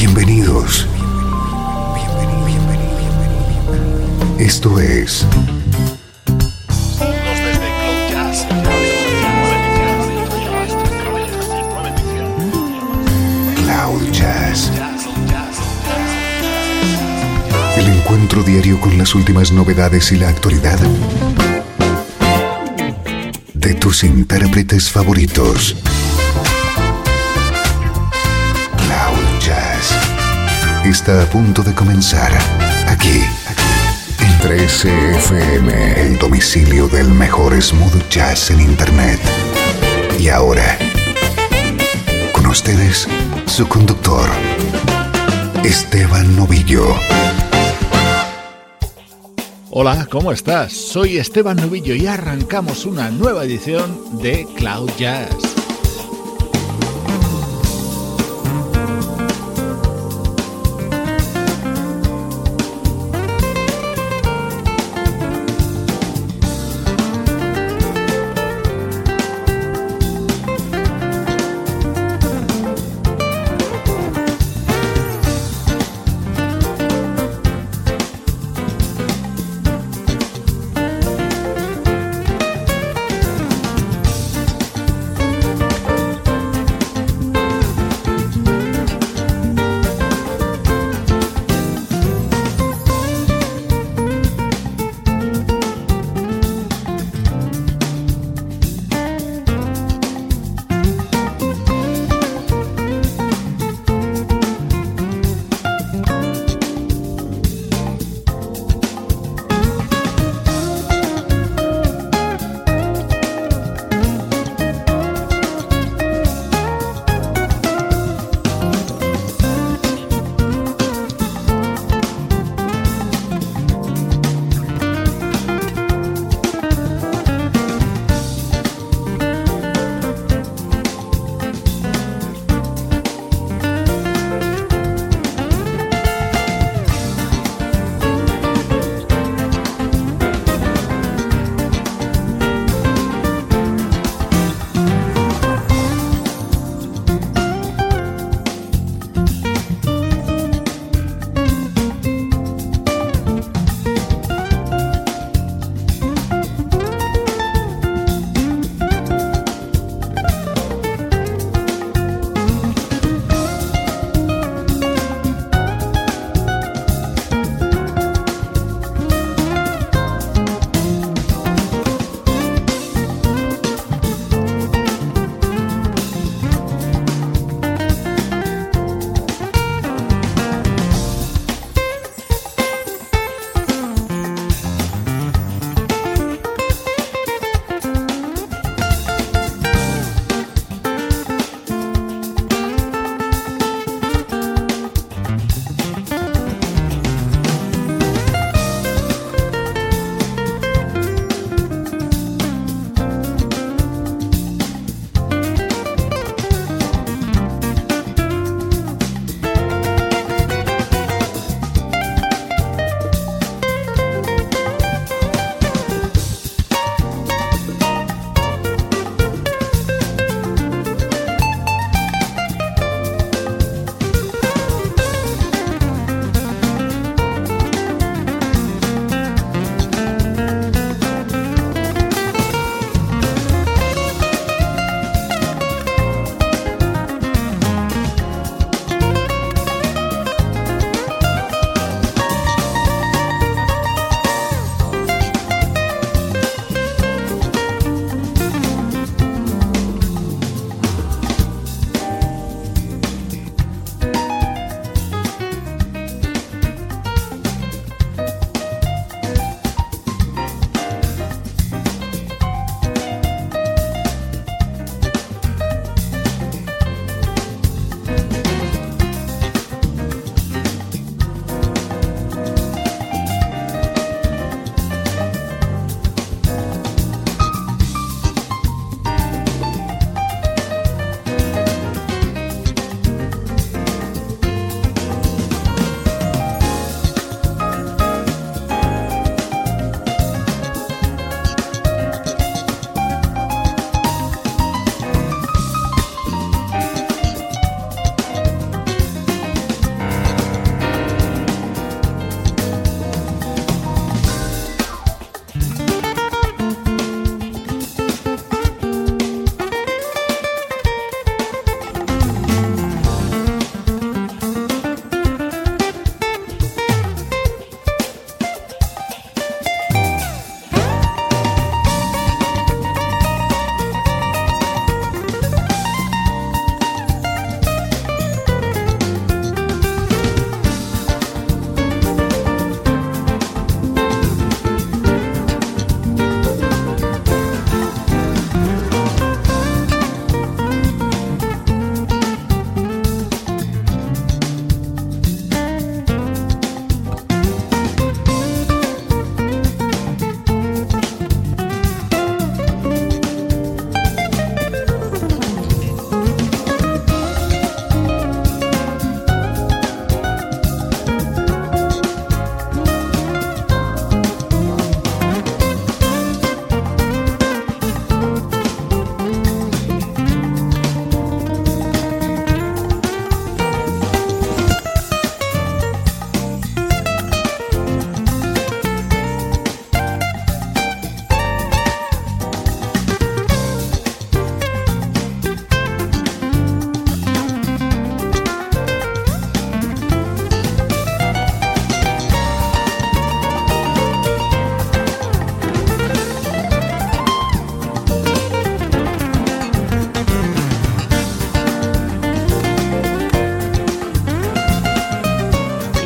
Bienvenidos. Esto es Cloud Jazz. El encuentro diario con las últimas novedades y la actualidad de tus intérpretes favoritos. Cloud Jazz está a punto de comenzar aquí en 13FM, el domicilio del mejor smooth jazz en internet. Y ahora, con ustedes, su conductor, Esteban Novillo. Hola, ¿cómo estás? Soy Esteban Novillo y arrancamos una nueva edición de Cloud Jazz.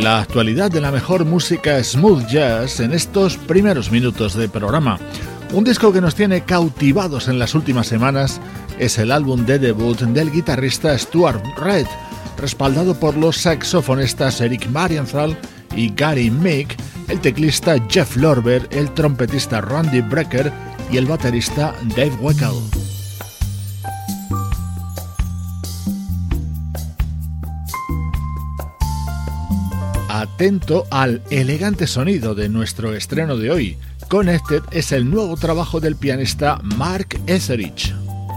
la actualidad de la mejor música smooth jazz en estos primeros minutos de programa. Un disco que nos tiene cautivados en las últimas semanas es el álbum de debut del guitarrista Stuart Reid, respaldado por los saxofonistas Eric Marienthal y Gary Meek, el teclista Jeff Lorber, el trompetista Randy Brecker y el baterista Dave Weckl. Atento al elegante sonido de nuestro estreno de hoy. Connected es el nuevo trabajo del pianista Mark Etheridge.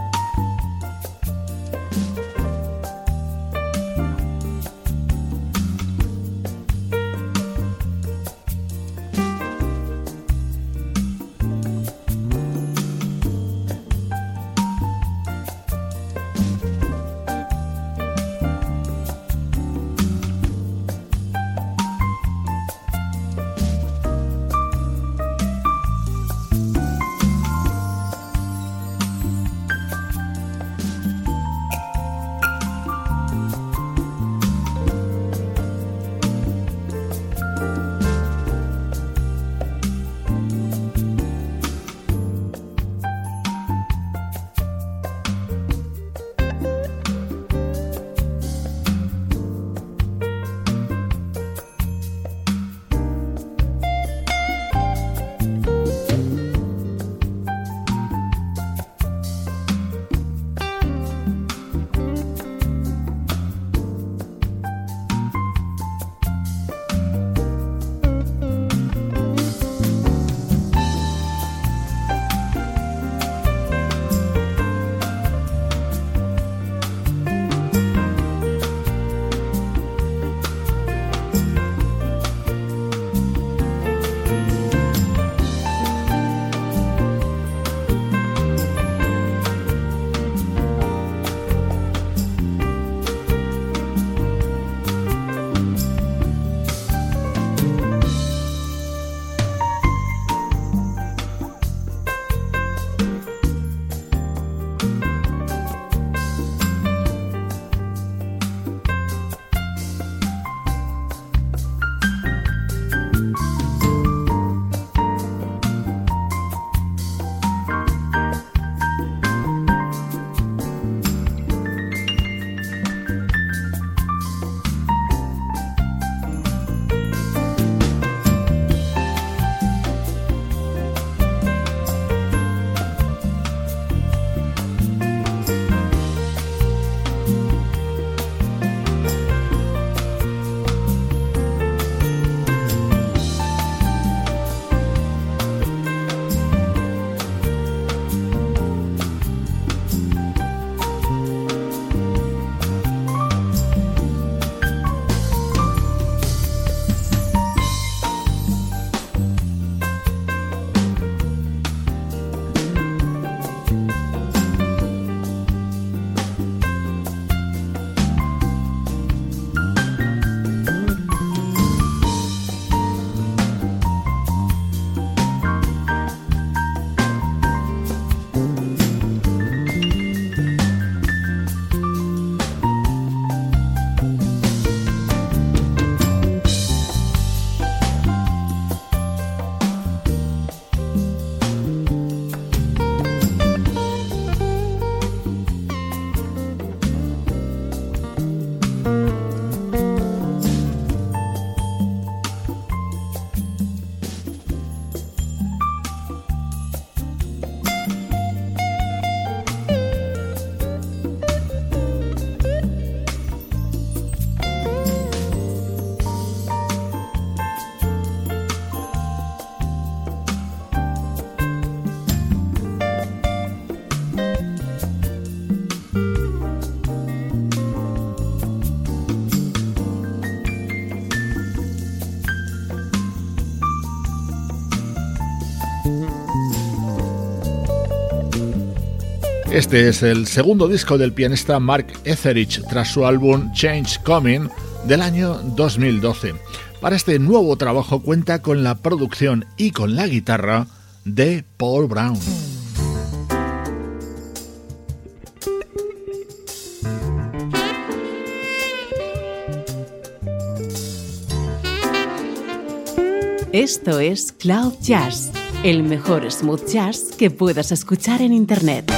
Este es el segundo disco del pianista Mark Etheridge tras su álbum Change Coming del año 2012. Para este nuevo trabajo cuenta con la producción y con la guitarra de Paul Brown. Esto es Cloud Jazz, el mejor smooth jazz que puedas escuchar en Internet.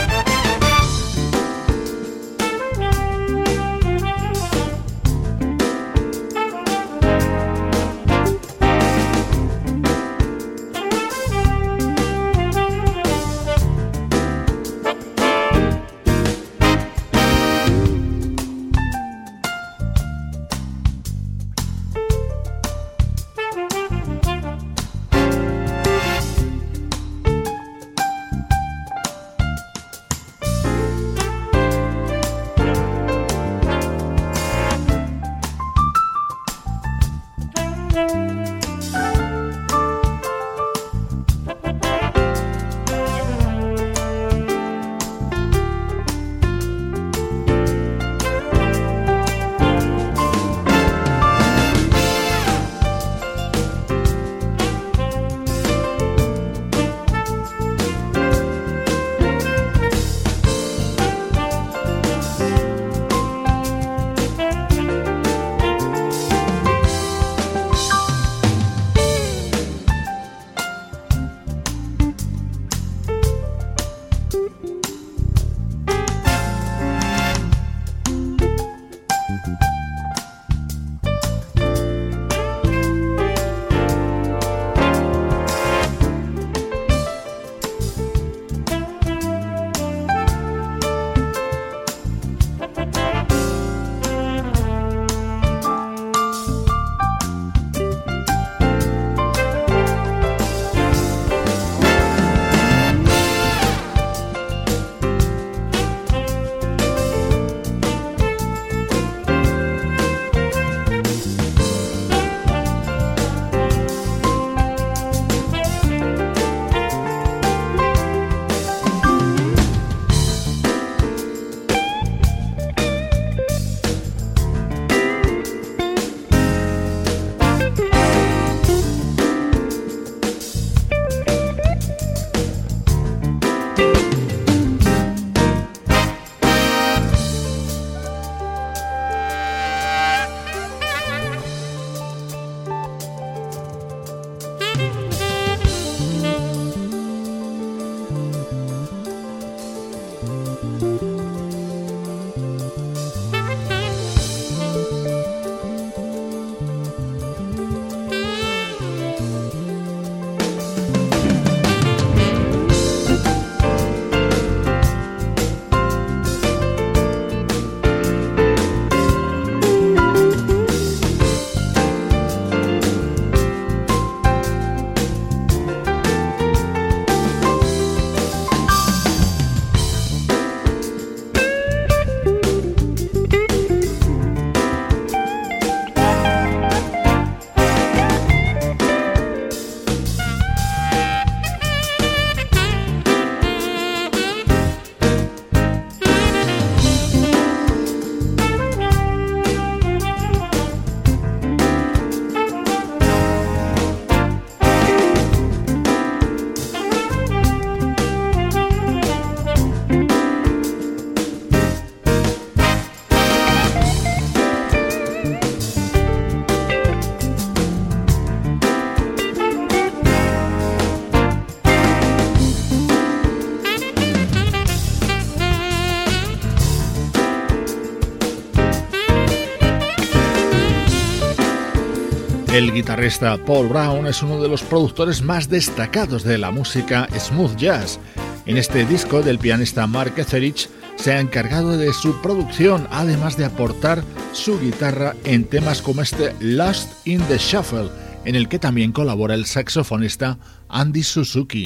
El guitarrista Paul Brown es uno de los productores más destacados de la música smooth jazz. En este disco del pianista Mark Etheridge se ha encargado de su producción, además de aportar su guitarra en temas como este Lost in the Shuffle, en el que también colabora el saxofonista Andy Suzuki.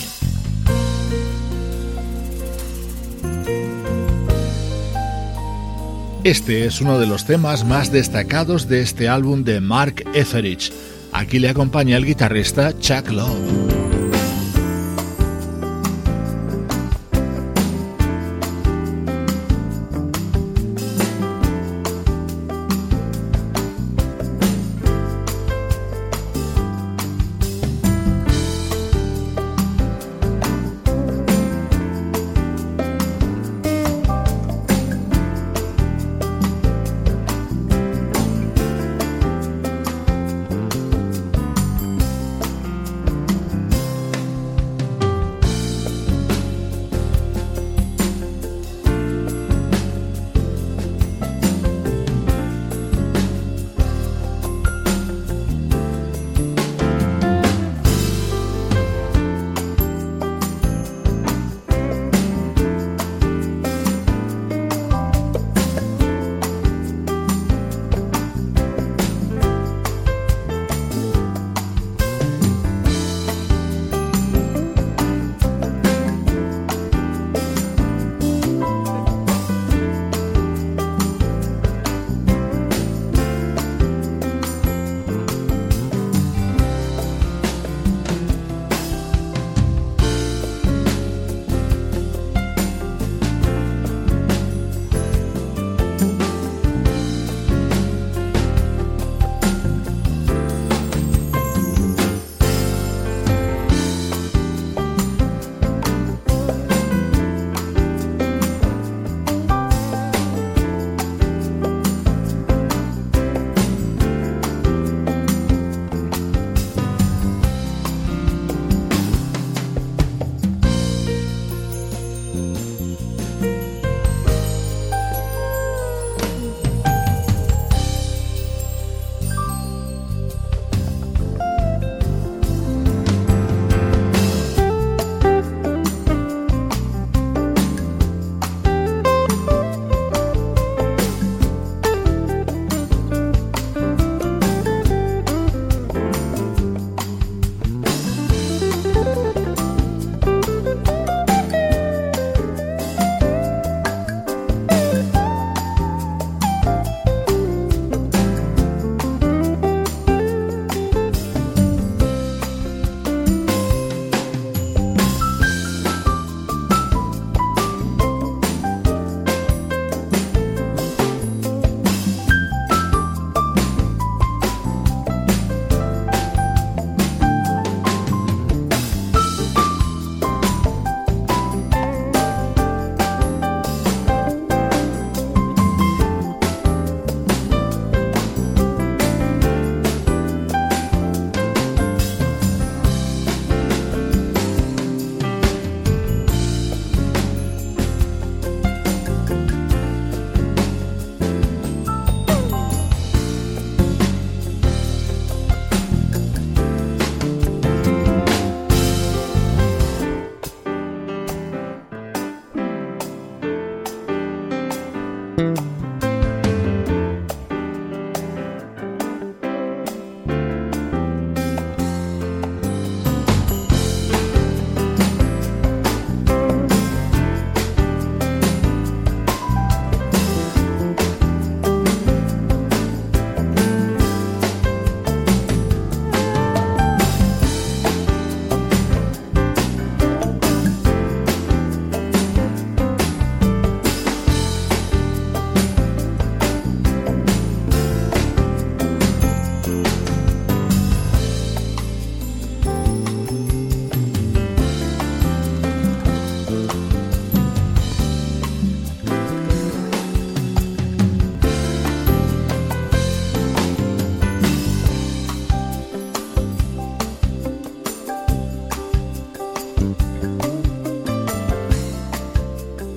Este es uno de los temas más destacados de este álbum de Mark Etheridge. Aquí le acompaña el guitarrista Chuck Love.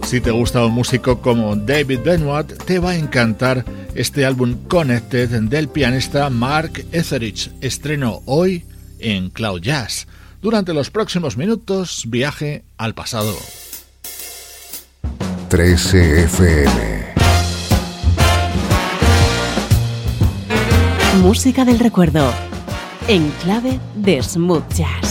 Si te gusta un músico como David Benoit, te va a encantar este álbum Connected del pianista Mark Etheridge, estreno hoy en Cloud Jazz. Durante los próximos minutos, viaje al pasado. 13 FM. Música del recuerdo, en clave de smooth jazz.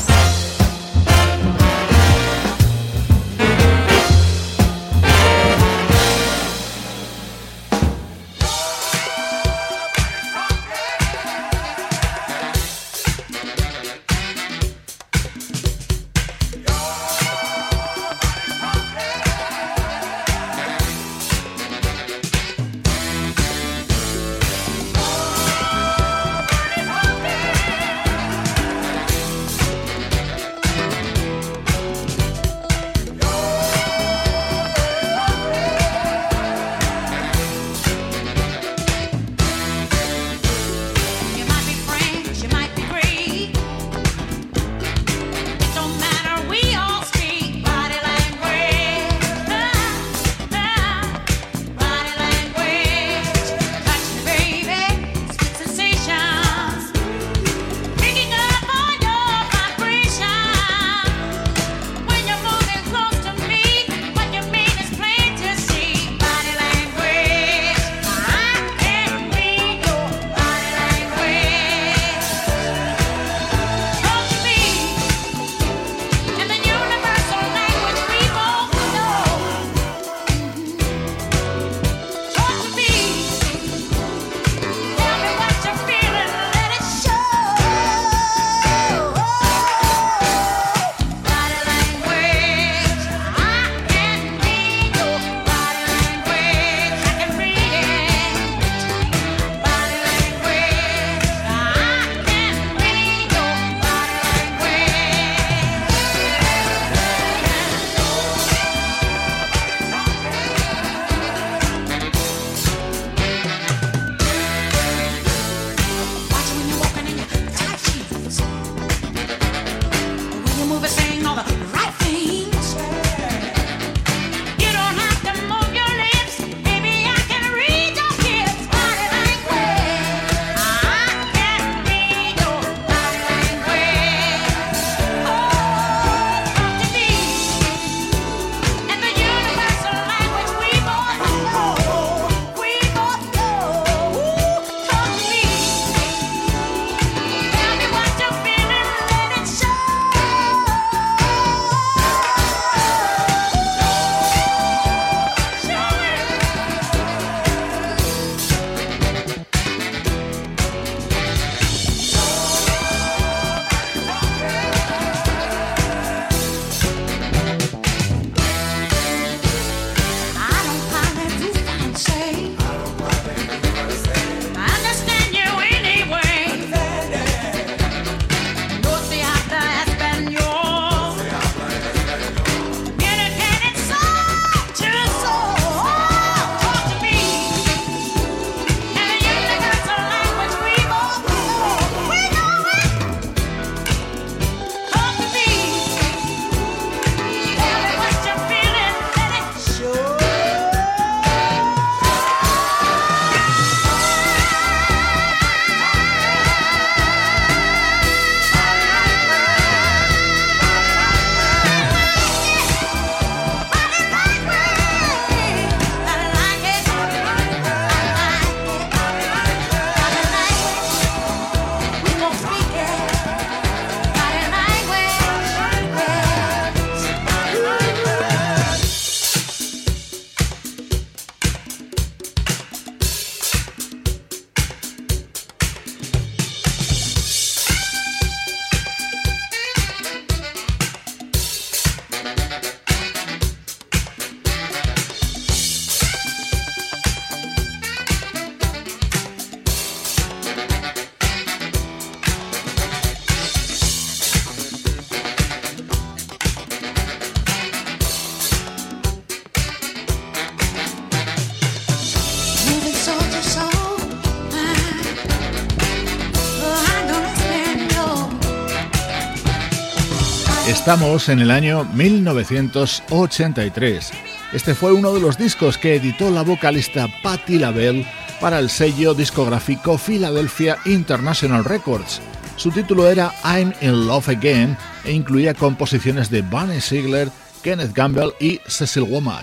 Estamos en el año 1983. Este fue uno de los discos que editó la vocalista Patti LaBelle para el sello discográfico Philadelphia International Records. Su título era I'm in Love Again e incluía composiciones de Bunny Sigler, Kenneth Gamble y Cecil Womack.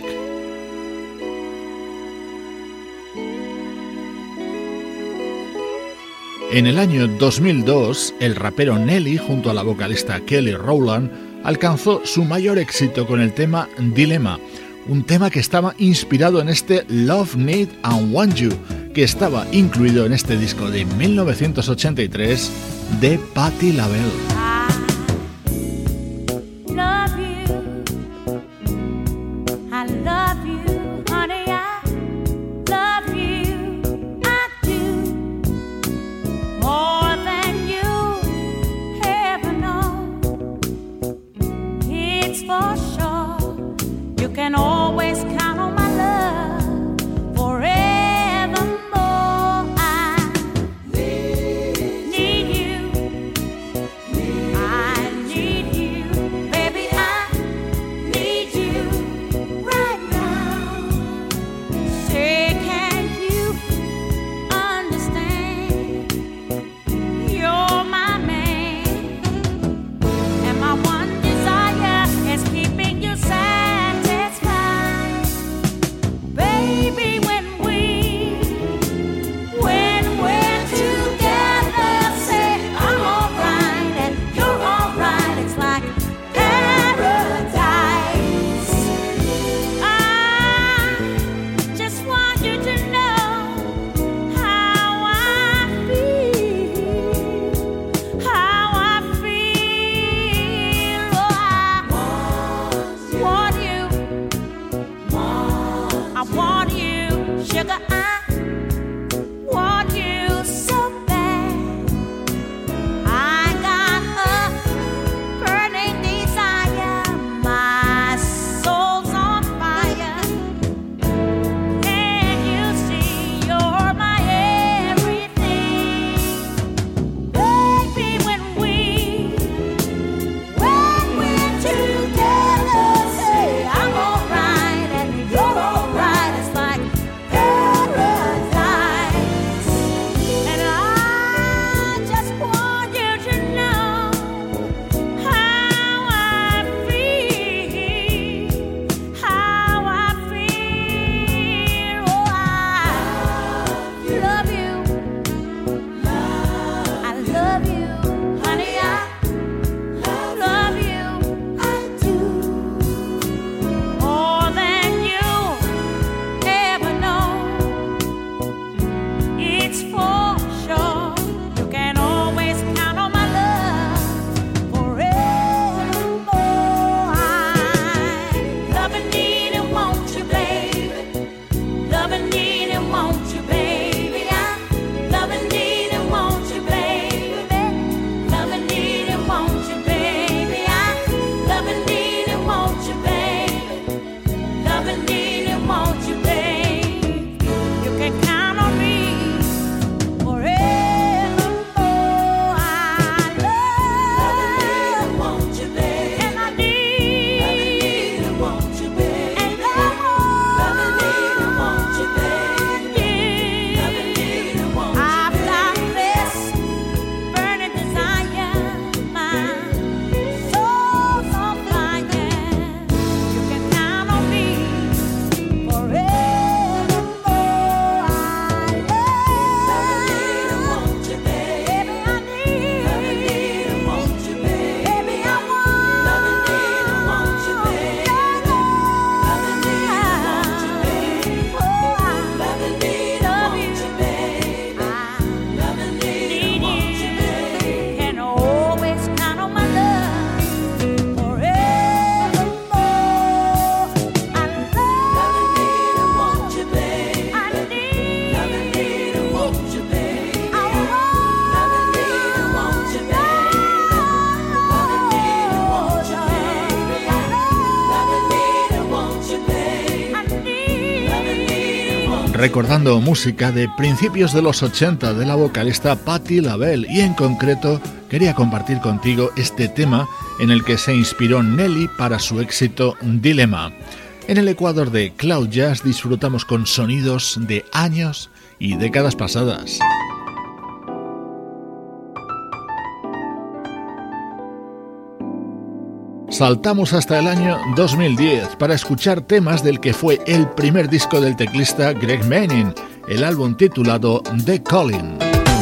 En el año 2002, el rapero Nelly, junto a la vocalista Kelly Rowland, alcanzó su mayor éxito con el tema Dilemma, un tema que estaba inspirado en este Love, Need and Want You, que estaba incluido en este disco de 1983 de Patti LaBelle. recordando música de principios de los 80 de la vocalista Patti LaBelle, y en concreto quería compartir contigo este tema en el que se inspiró Nelly para su éxito Dilemma. En el Ecuador de Cloud Jazz disfrutamos con sonidos de años y décadas pasadas. Saltamos hasta el año 2010 para escuchar temas del que fue el primer disco del teclista Greg Manning, el álbum titulado The Calling.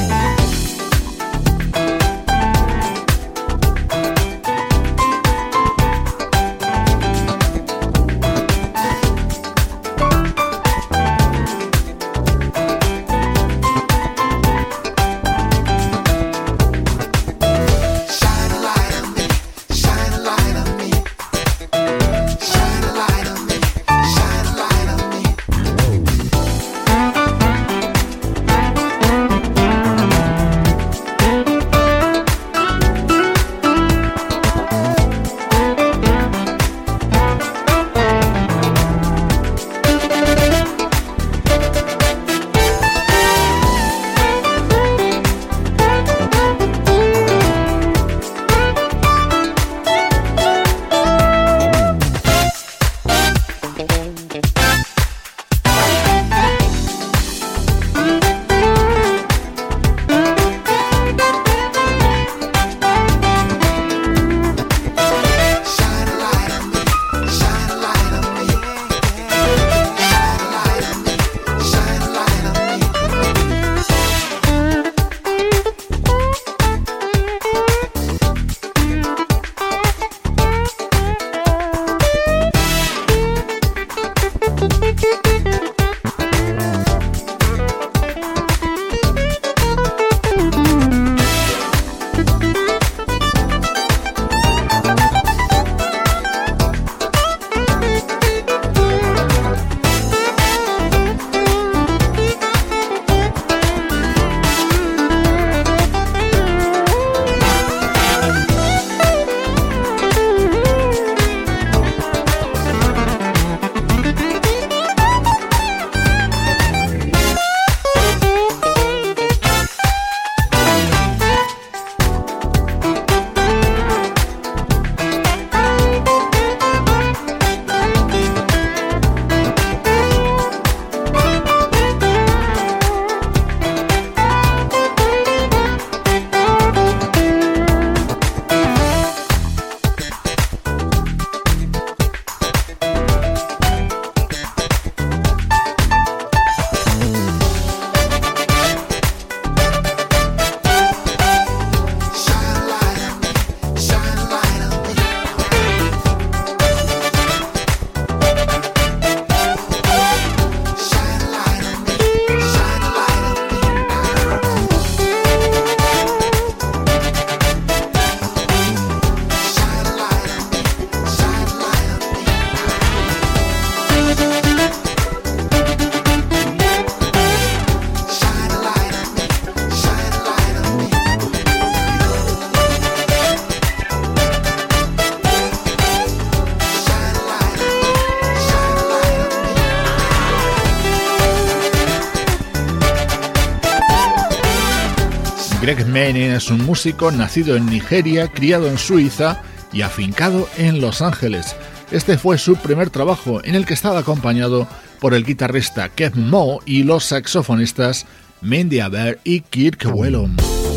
Greg Manning es un músico nacido en Nigeria, criado en Suiza y afincado en Los Ángeles. Este fue su primer trabajo, en el que estaba acompañado por el guitarrista Kev Moe y los saxofonistas Mindy Aber y Kirk Whelan.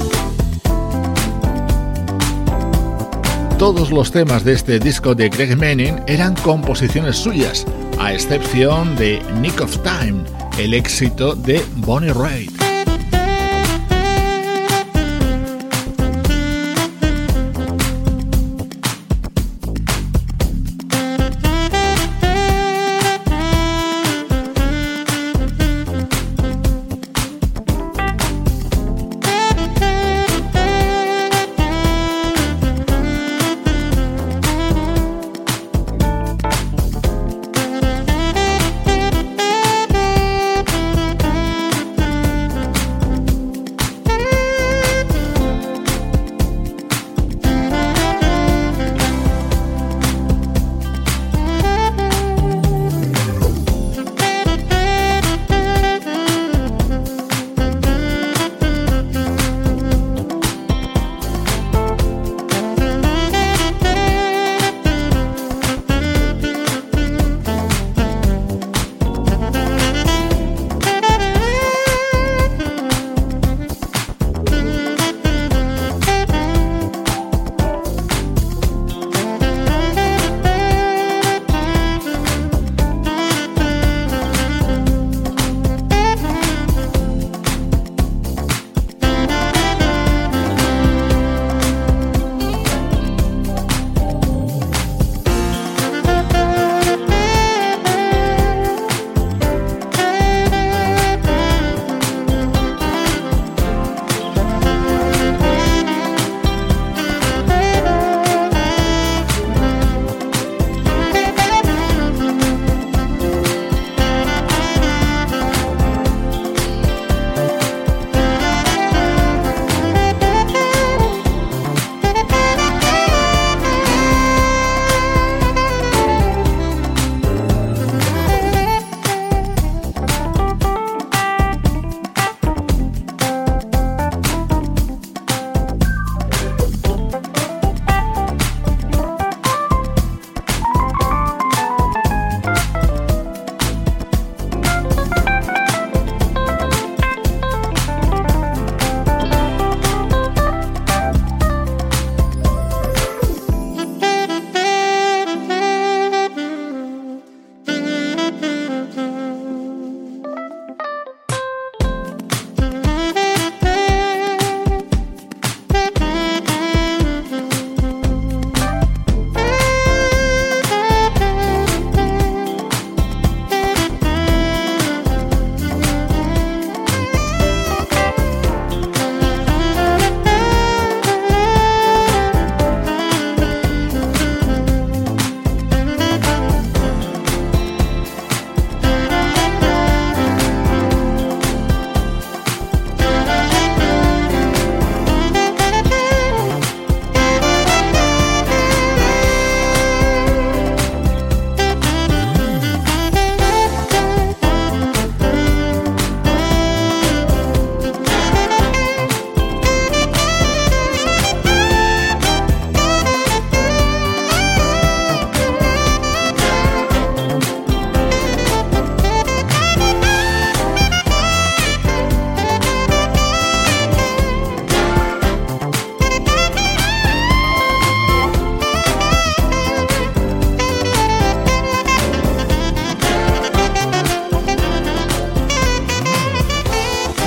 Todos los temas de este disco de Greg Manning eran composiciones suyas, a excepción de Nick of Time, el éxito de Bonnie Raitt.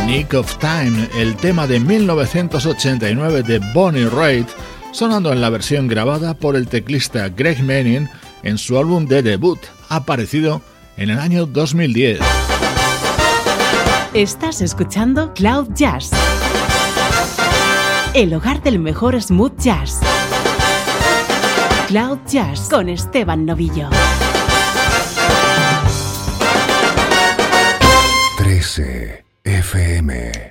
Nick of Time, el tema de 1989 de Bonnie Raitt, sonando en la versión grabada por el teclista Greg Manning en su álbum de debut, aparecido en el año 2010. Estás escuchando Cloud Jazz, el hogar del mejor smooth jazz. Cloud Jazz con Esteban Novillo. 13 FM.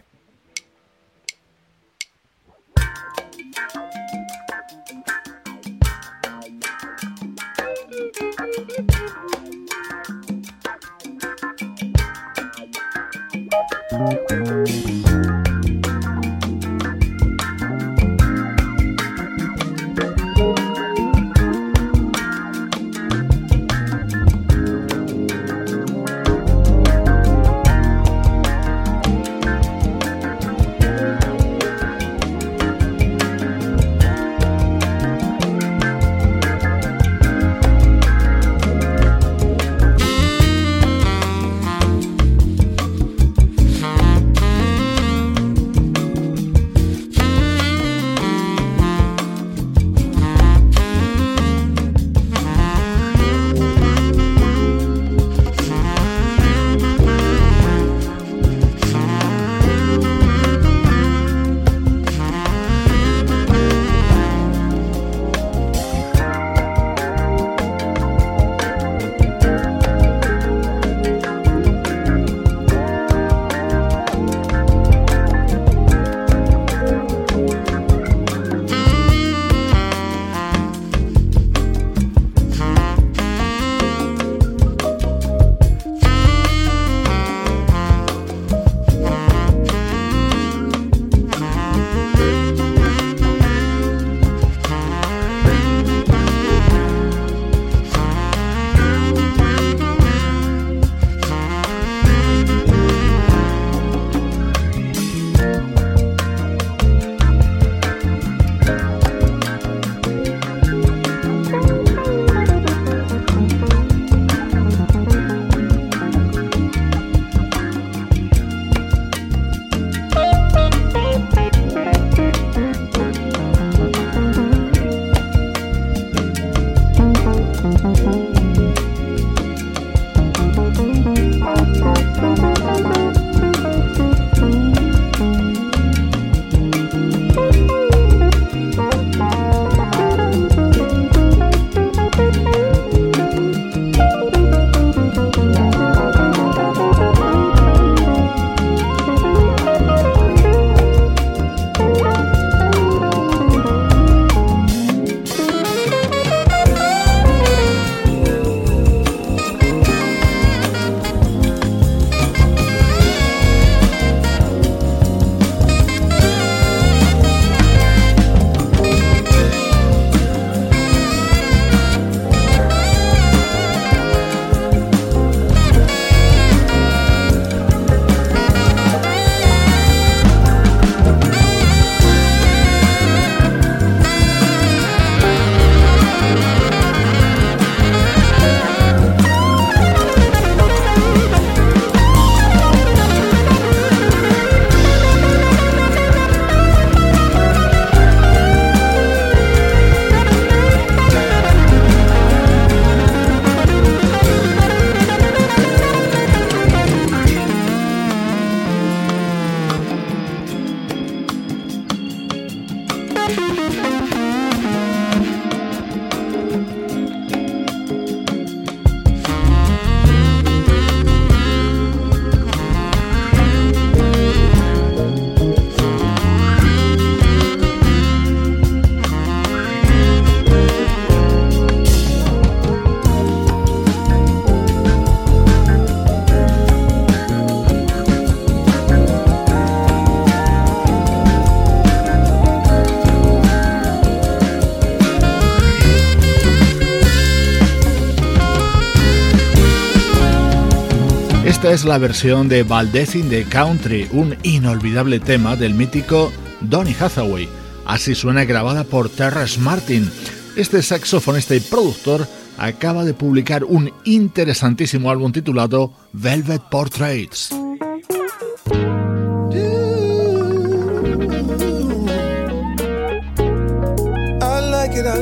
Esta es la versión de Valdez in the Country, un inolvidable tema del mítico Donny Hathaway. Así suena, grabada por Terrence Martin. Este saxofonista y productor acaba de publicar un interesantísimo álbum titulado Velvet Portraits.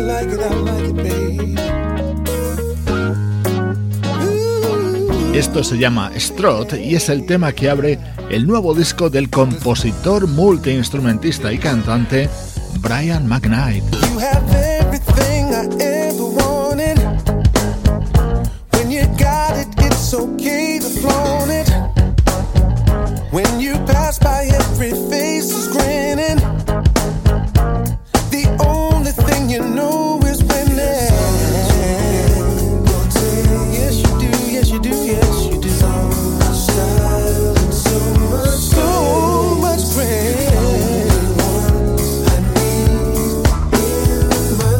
like it, I like it, babe. Esto se llama Strut y es el tema que abre el nuevo disco del compositor, multiinstrumentista y cantante Brian McKnight. You have everything I ever wanted. When you got it, it's okay to flaunt it. When you pass by, every face is grinning. The only thing you know is winning. Yes, you do, yes, you do, yes, you do. So much style and so much grace. I need in my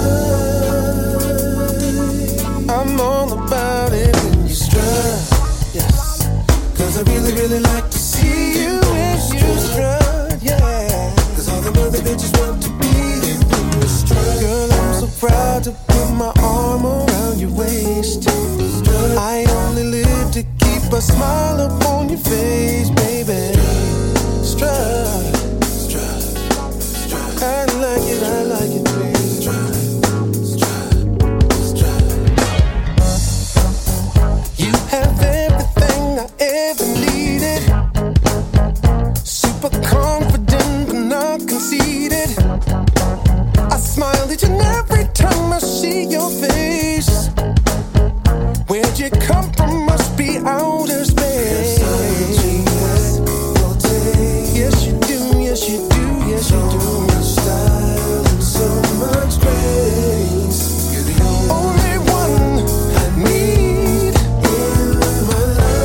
life. I'm all about it when you strut. Yes, 'cause I really, really like to see you when you strut. Yeah, 'cause all the other bitches want to be when you strut. Girl, I'm so proud to put my arm around your waist. I only live to keep a smile upon your face, baby. Strut, strut, strut. I like it, baby. Strut, strut, strut. You have everything I ever needed. Super confident but not conceited. I smile each and every time I see your face. Where'd you come from? Must be outer space. Yes, you do, yes, you do, yes, you do. Style and so much grace. You're the only one I need in my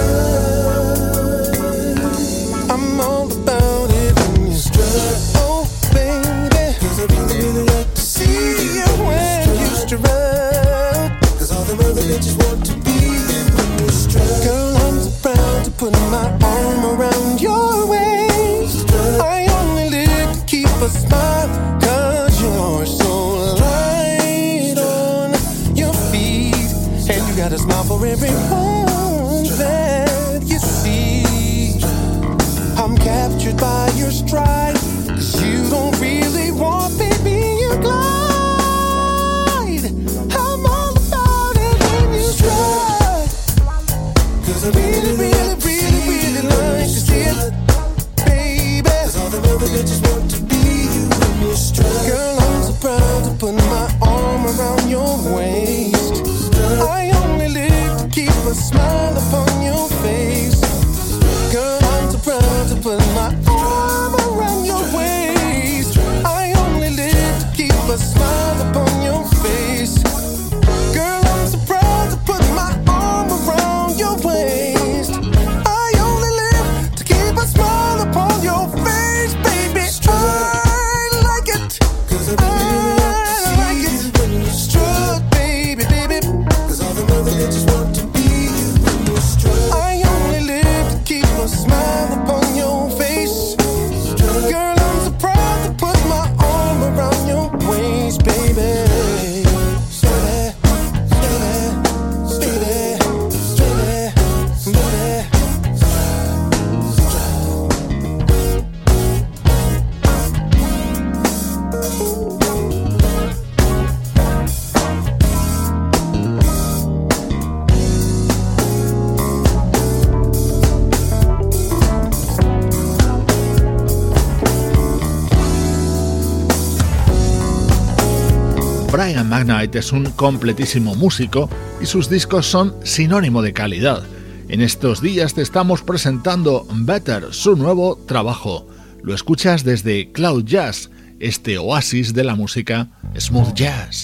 life. I'm all about it when you strut. Oh, baby, 'cause I really, really like to see you when you strut. 'Cause all the other bitches want to be when you strut. Girl, I'm so proud to put my arm around your waist. I only live to keep a smile, 'cause you're so light on your feet. And you got a smile for everyone that you see. I'm captured by your stride, 'cause you don't really want, baby, you glide. I'm all about it when you strut. 'Cause I really, really, really, really like to see it, baby. 'Cause all the other bitches want to be you when you strut. Girl, I'm so proud to put my arm around your waist. I only live to keep a smile upon your face. Girl, I'm so proud to put my arm around your waist. I only live to keep a smile upon your face. Girl, I'm so proud to put my arm around your waist. I only live to keep a smile upon your face, baby. I like it. I like it when you strut, baby, baby. 'Cause all the other bitches want to be you when you strut. I only live to keep a smile upon your face. Girl, I'm so proud to put my arm around your waist, baby. Steady, steady, steady, steady, steady. Brian McKnight es un completísimo músico y sus discos son sinónimo de calidad. En estos días te estamos presentando Better, su nuevo trabajo. Lo escuchas desde Cloud Jazz, este oasis de la música smooth jazz.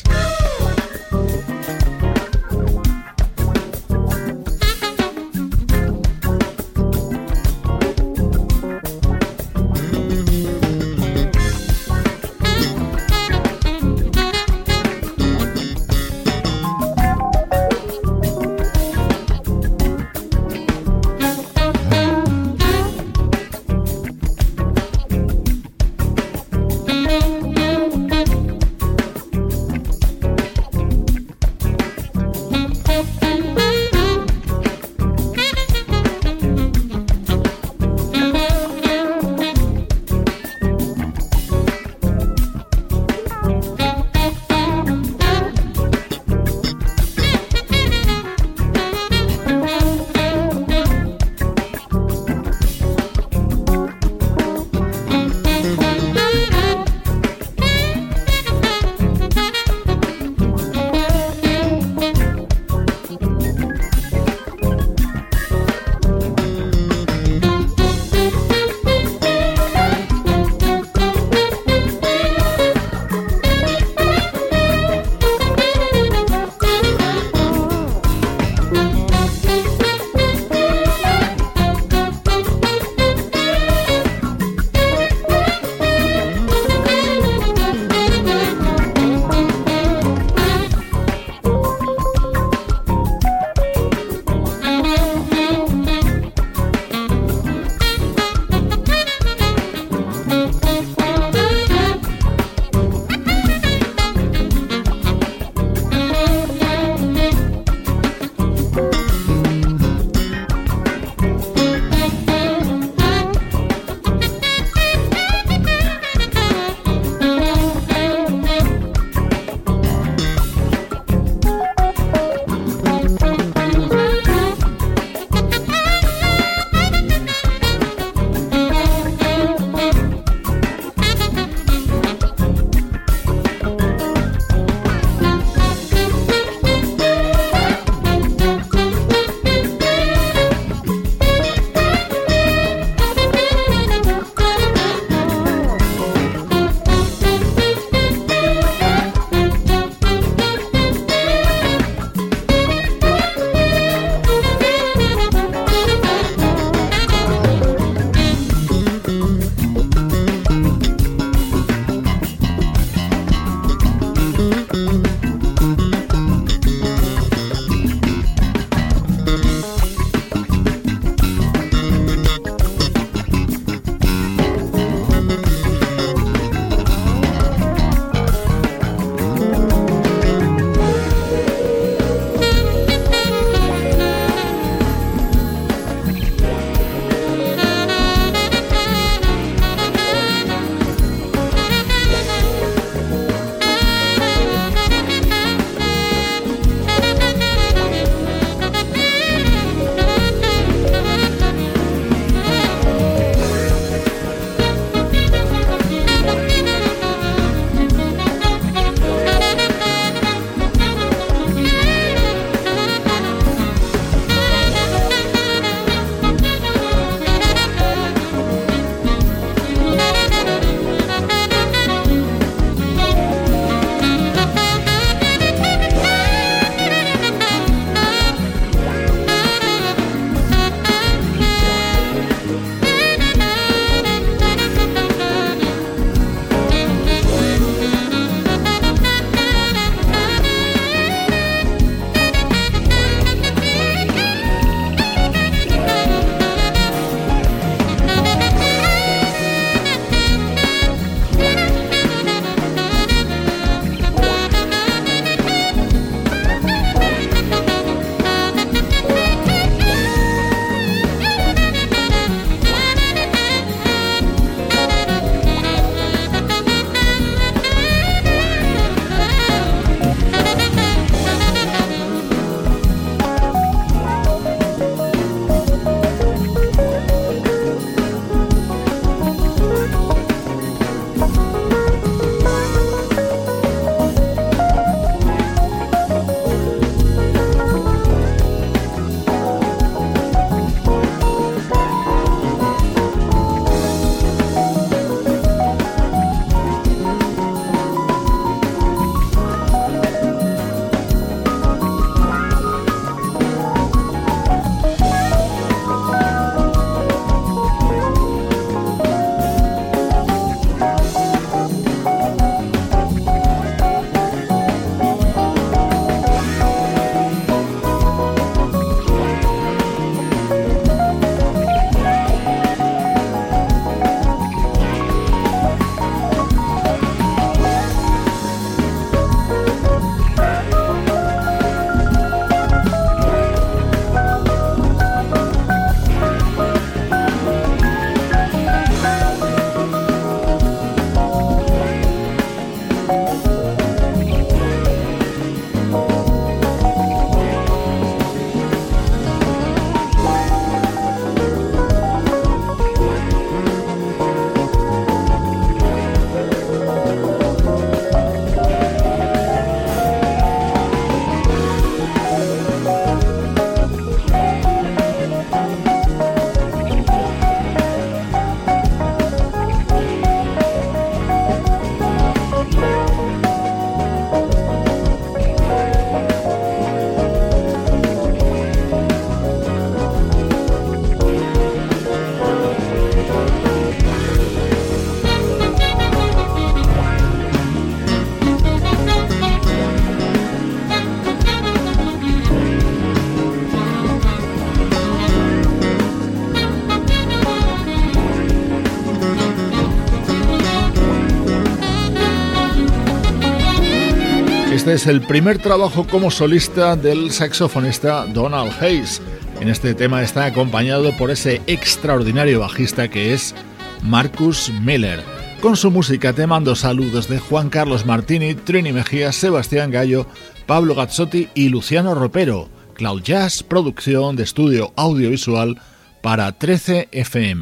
Este es el primer trabajo como solista del saxofonista Donald Hayes. En este tema está acompañado por ese extraordinario bajista que es Marcus Miller. Con su música te mando saludos de Juan Carlos Martini, Trini Mejía, Sebastián Gallo, Pablo Gazzotti y Luciano Ropero. Cloud Jazz, producción de estudio audiovisual para 13 FM.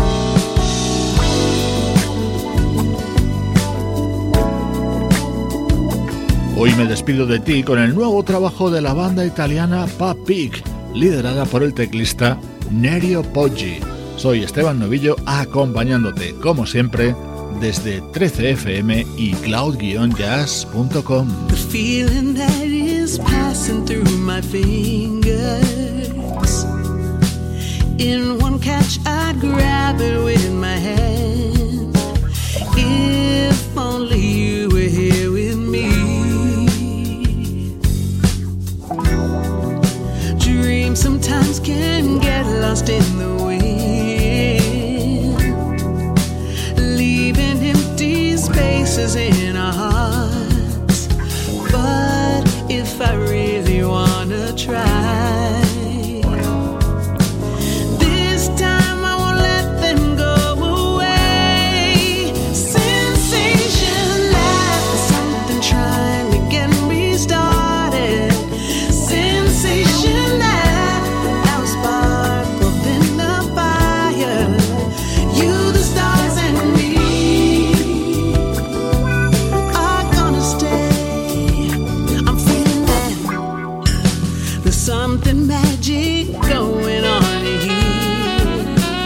Hoy me despido de ti con el nuevo trabajo de la banda italiana Papik, liderada por el teclista Nerio Poggi. Soy Esteban Novillo acompañándote, como siempre, desde 13fm y cloud-jazz.com. The feeling that is passing through my fingers. In one catch I'd grab it with my hand. If only you were here with me. Dreams sometimes can get lost in the wind, leaving empty spaces in our hearts. But if I really wanna try, this time I won't let them go away. Sensation left, something trying to get me started. Sensation left, now sparkled in the fire. You, the stars, and me are gonna stay. I'm feeling that there's something magic going on here,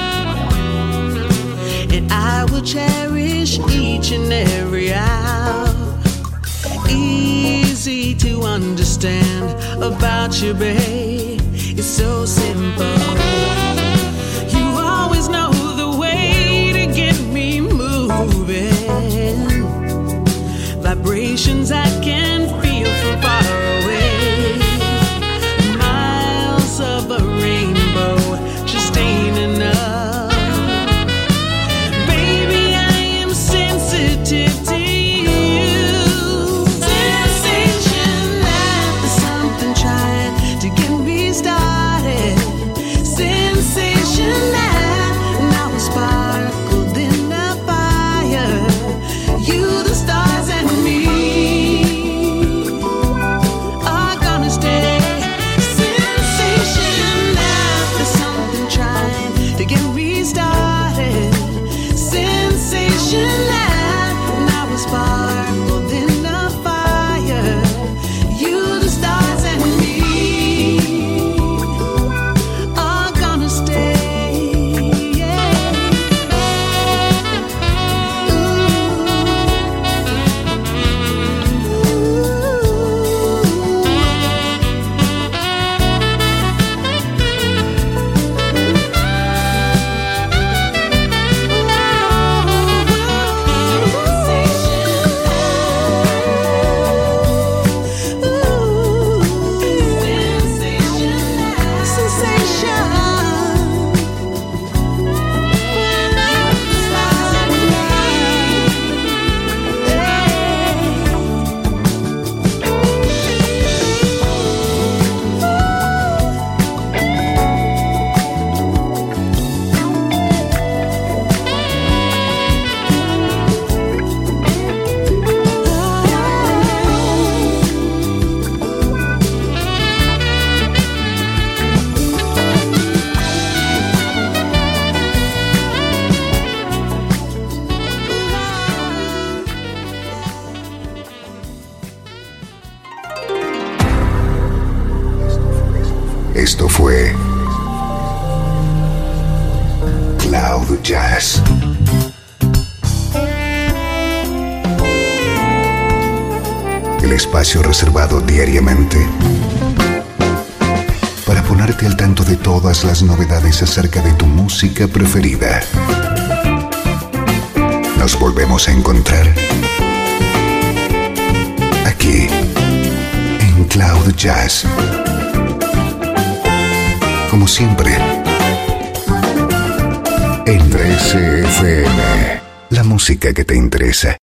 and I will cherish each and every hour. Easy to understand about you, babe. It's so simple. You always know the way to get me moving. Vibrations I can feel from far away. Miles of a rainbow just ain't enough. Baby, I am sensitive to you. Sensation left, there's something trying to get me started. Sensation left, now it's sparkled in the fire. You, the stars, and me are gonna stay. Sensation left, there's something trying to get me started. Sensation left, now it's sparkled in the fire. You, the stars, and me are gonna stay. Yeah. Esto fue Cloud Jazz. El espacio reservado diariamente para ponerte al tanto de todas las novedades acerca de tu música preferida. Nos volvemos a encontrar aquí en Cloud Jazz. Como siempre, en 13fm, la música que te interesa.